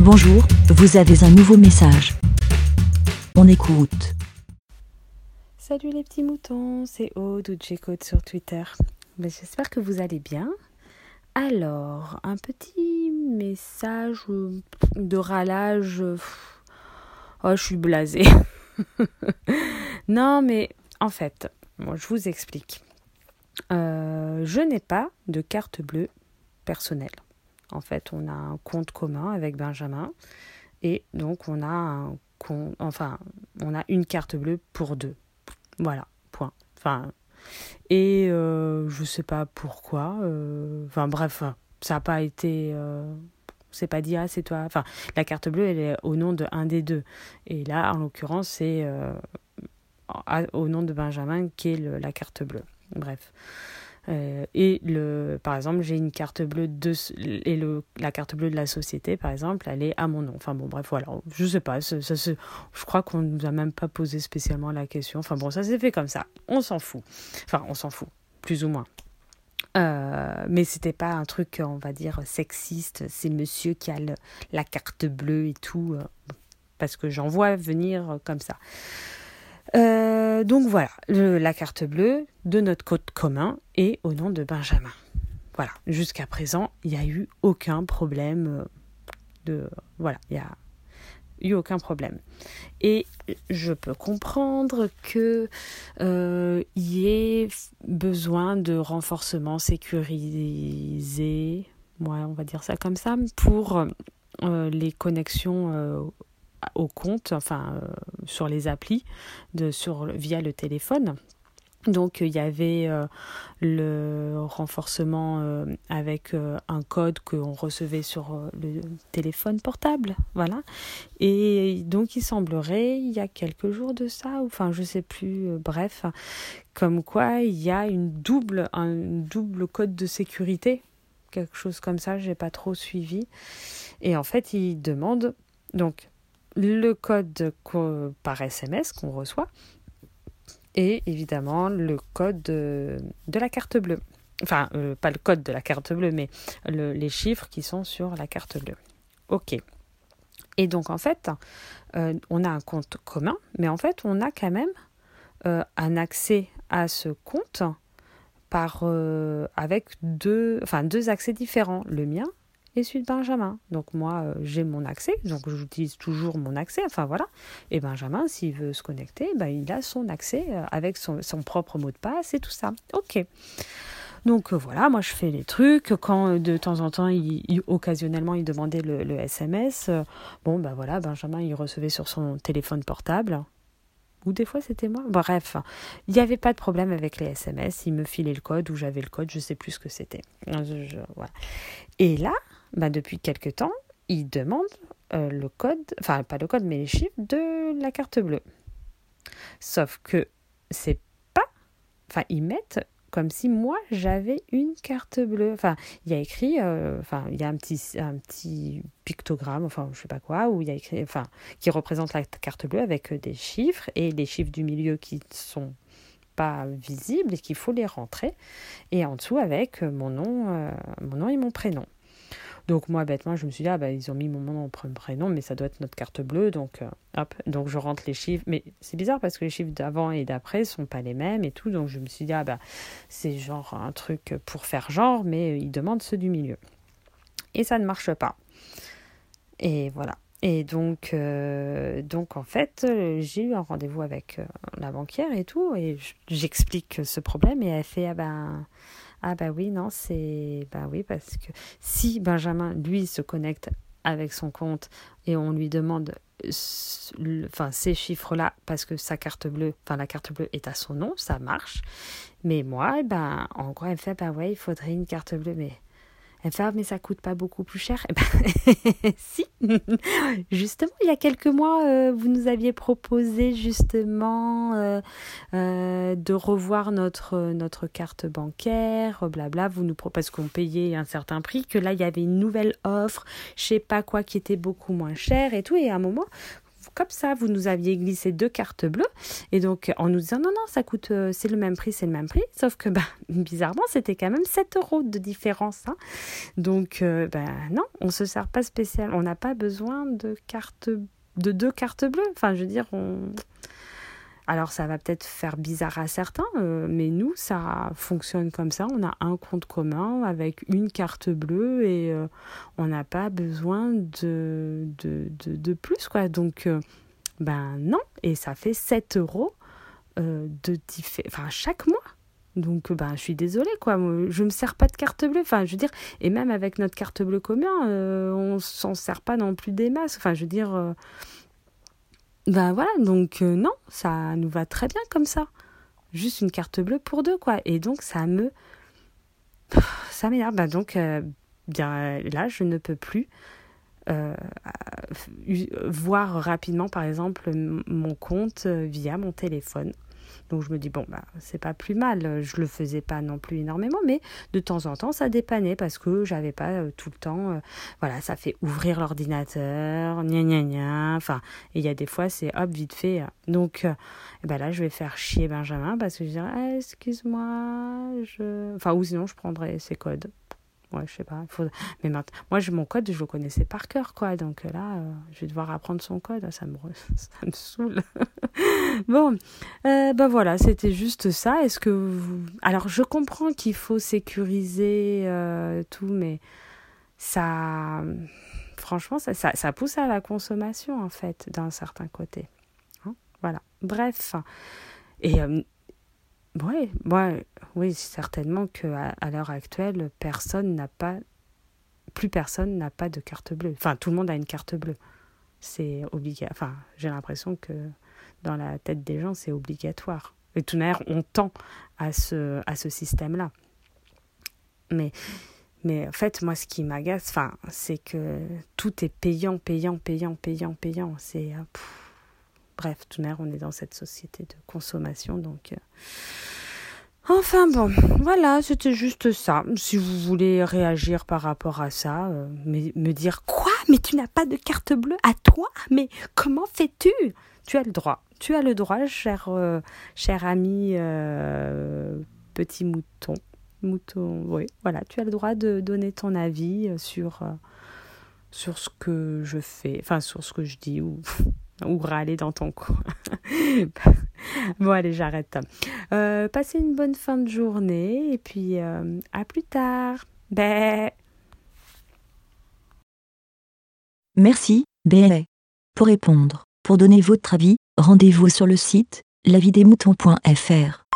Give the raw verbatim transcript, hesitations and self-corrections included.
Bonjour, vous avez un nouveau message. On écoute. Salut les petits moutons, c'est Aude ou J-Code sur Twitter. Mais j'espère que vous allez bien. Alors, un petit message de râlage. Oh, je suis blasée. Non, mais en fait, moi, je vous explique. Euh, je n'ai pas de carte bleue personnelle. En fait, on a un compte commun avec Benjamin et donc on a un compte, enfin, on a une carte bleue pour deux. Voilà, point. Enfin, et euh, je sais pas pourquoi. Euh, enfin bref, ça n'a pas été. Euh, c'est pas dit ah c'est toi. Enfin, la carte bleue elle est au nom de un des deux. Et là, en l'occurrence, c'est euh, au nom de Benjamin qui est le, la carte bleue. Bref. Euh, et le, par exemple, j'ai une carte bleue de, et le, la carte bleue de la société, par exemple, elle est à mon nom. Enfin bon, bref, voilà. Je sais pas. Ça, ça, ça, je crois qu'on ne nous a même pas posé spécialement la question. Enfin bon, ça s'est fait comme ça. On s'en fout. Enfin, on s'en fout, plus ou moins. Euh, mais c'était pas un truc, on va dire, sexiste. C'est monsieur qui a le, la carte bleue et tout. Euh, parce que j'en vois venir comme ça. Euh, donc voilà, le, la carte bleue de notre code commun est au nom de Benjamin. Voilà, jusqu'à présent, il n'y a eu aucun problème de... Voilà, il n'y a eu aucun problème. Et je peux comprendre qu'il euh, y ait besoin de renforcement sécurisé, ouais, on va dire ça comme ça, pour euh, les connexions euh, au compte, enfin euh, sur les applis, de, sur, via le téléphone. Donc il y avait euh, le renforcement euh, avec euh, un code qu'on recevait sur euh, le téléphone portable, voilà. Et donc il semblerait, il y a quelques jours de ça, enfin je sais plus, euh, bref, comme quoi il y a une double, un double code de sécurité, quelque chose comme ça, j'ai pas trop suivi. Et en fait il demande donc le code par S M S qu'on reçoit et évidemment le code de, de la carte bleue. Enfin, euh, pas le code de la carte bleue, mais le, les chiffres qui sont sur la carte bleue. Ok. Et donc, en fait, euh, on a un compte commun, mais en fait, on a quand même euh, un accès à ce compte par, euh, avec deux, enfin, deux accès différents. Le mien et celui de Benjamin. Donc moi, euh, j'ai mon accès, donc j'utilise toujours mon accès, enfin voilà. Et Benjamin, s'il veut se connecter, ben, il a son accès euh, avec son, son propre mot de passe et tout ça. Ok. Donc euh, voilà, moi je fais les trucs. Quand euh, de temps en temps, il, il, occasionnellement, il demandait le, le S M S, euh, bon ben voilà, Benjamin, il recevait sur son téléphone portable. Ou des fois c'était moi. Bref, il n'y avait pas de problème avec les S M S. Il me filait le code ou j'avais le code, je ne sais plus ce que c'était. Je, je, voilà. Et là, bah depuis quelque temps, il demande euh, le code, enfin pas le code, mais les chiffres de la carte bleue. Sauf que c'est pas, enfin ils mettent comme si moi j'avais une carte bleue. Enfin il y a écrit, euh, enfin il y a un petit, un petit pictogramme, enfin je sais pas quoi, où il y a écrit, enfin qui représente la carte bleue avec des chiffres et les chiffres du milieu qui sont pas visibles et qu'il faut les rentrer. Et en dessous avec mon nom, euh, mon nom et mon prénom. Donc moi, bêtement, je me suis dit, ah bah ils ont mis mon nom, mon prénom, mais ça doit être notre carte bleue, donc euh, hop, donc je rentre les chiffres. Mais c'est bizarre parce que les chiffres d'avant et d'après sont pas les mêmes et tout, donc je me suis dit, ah bah c'est genre un truc pour faire genre, mais ils demandent ceux du milieu. Et ça ne marche pas. Et voilà. Et donc, euh, donc en fait, j'ai eu un rendez-vous avec euh, la banquière et tout, et j'explique ce problème, et elle fait, ah ben... Ah bah oui, non, c'est... Bah oui, parce que si Benjamin, lui, se connecte avec son compte et on lui demande enfin, ces chiffres-là parce que sa carte bleue, enfin la carte bleue est à son nom, ça marche. Mais moi, ben, en gros, elle fait, bah ouais, il faudrait une carte bleue, mais... Elle fait, ah, mais ça coûte pas beaucoup plus cher. Eh ben, si. Justement, il y a quelques mois, euh, vous nous aviez proposé justement euh, euh, de revoir notre, notre carte bancaire, blabla. Vous nous proposez qu'on payait un certain prix, que là, il y avait une nouvelle offre, je sais pas quoi, qui était beaucoup moins chère et tout. Et à un moment, comme ça, vous nous aviez glissé deux cartes bleues. Et donc, en nous disant, non, non, ça coûte, euh, c'est le même prix, c'est le même prix. Sauf que, bah, bizarrement, c'était quand même sept euros de différence. Hein. Donc, euh, bah, non, on ne se sert pas spécial. On n'a pas besoin de cartes, de deux cartes bleues. Enfin, je veux dire, on... Alors, ça va peut-être faire bizarre à certains, euh, mais nous, ça fonctionne comme ça. On a un compte commun avec une carte bleue et euh, on n'a pas besoin de, de, de, de plus, quoi. Donc, euh, ben non. Et ça fait sept euros euh, de diffé- enfin, chaque mois. Donc, ben, je suis désolée, quoi. Je ne me sers pas de carte bleue. Enfin, je veux dire, et même avec notre carte bleue commune, euh, on ne s'en sert pas non plus des masses. Enfin, je veux dire... Euh, Ben voilà, donc euh, non, ça nous va très bien comme ça. Juste une carte bleue pour deux, quoi. Et donc, ça me... Ça m'énerve. Ben donc, euh, bien là, je ne peux plus euh, voir rapidement, par exemple, mon compte via mon téléphone. Donc je me dis, bon, bah, c'est pas plus mal. Je le faisais pas non plus énormément, mais de temps en temps, ça dépannait parce que j'avais pas euh, tout le temps. Euh, voilà, ça fait ouvrir l'ordinateur, gna gna gna. Enfin, il y a des fois, c'est hop, vite fait. Donc euh, et ben là, je vais faire chier Benjamin parce que je dirais, ah, excuse-moi, je. Enfin, ou sinon, je prendrais ses codes. Ouais, je sais pas. Faut... Mais maintenant, moi, je, mon code, je le connaissais par cœur, quoi. Donc là, euh, je vais devoir apprendre son code. Ça me, ça me saoule. Bon, euh, ben voilà, c'était juste ça. Est-ce que vous... Alors, je comprends qu'il faut sécuriser euh, tout, mais ça... Franchement, ça, ça, ça pousse à la consommation, en fait, d'un certain côté. Hein, voilà. Bref. Et... Euh, Ouais, ouais, oui, certainement qu'à à l'heure actuelle, personne n'a pas, plus personne n'a pas de carte bleue. Enfin, tout le monde a une carte bleue. C'est obligatoire. Enfin, j'ai l'impression que dans la tête des gens, c'est obligatoire. Et tout de même, on tend à ce, à ce système-là. Mais, mais en fait, moi, ce qui m'agace, enfin, c'est que tout est payant, payant, payant, payant, payant. C'est... Euh, pff, bref, tout de même, on est dans cette société de consommation, donc... Euh, Enfin bon, voilà, c'était juste ça. Si vous voulez réagir par rapport à ça, euh, me, me dire quoi? Mais tu n'as pas de carte bleue à toi? Mais comment fais-tu? Tu as le droit. Tu as le droit, cher, euh, cher ami euh, petit mouton. Mouton, oui, voilà. Tu as le droit de donner ton avis sur, euh, sur ce que je fais, enfin sur ce que je dis ou... ou râler dans ton coin. Bon, allez, j'arrête. Euh, passez une bonne fin de journée et puis euh, à plus tard. Bé. Merci, Bé. Pour répondre, pour donner votre avis, rendez-vous sur le site la vie des moutons point f r.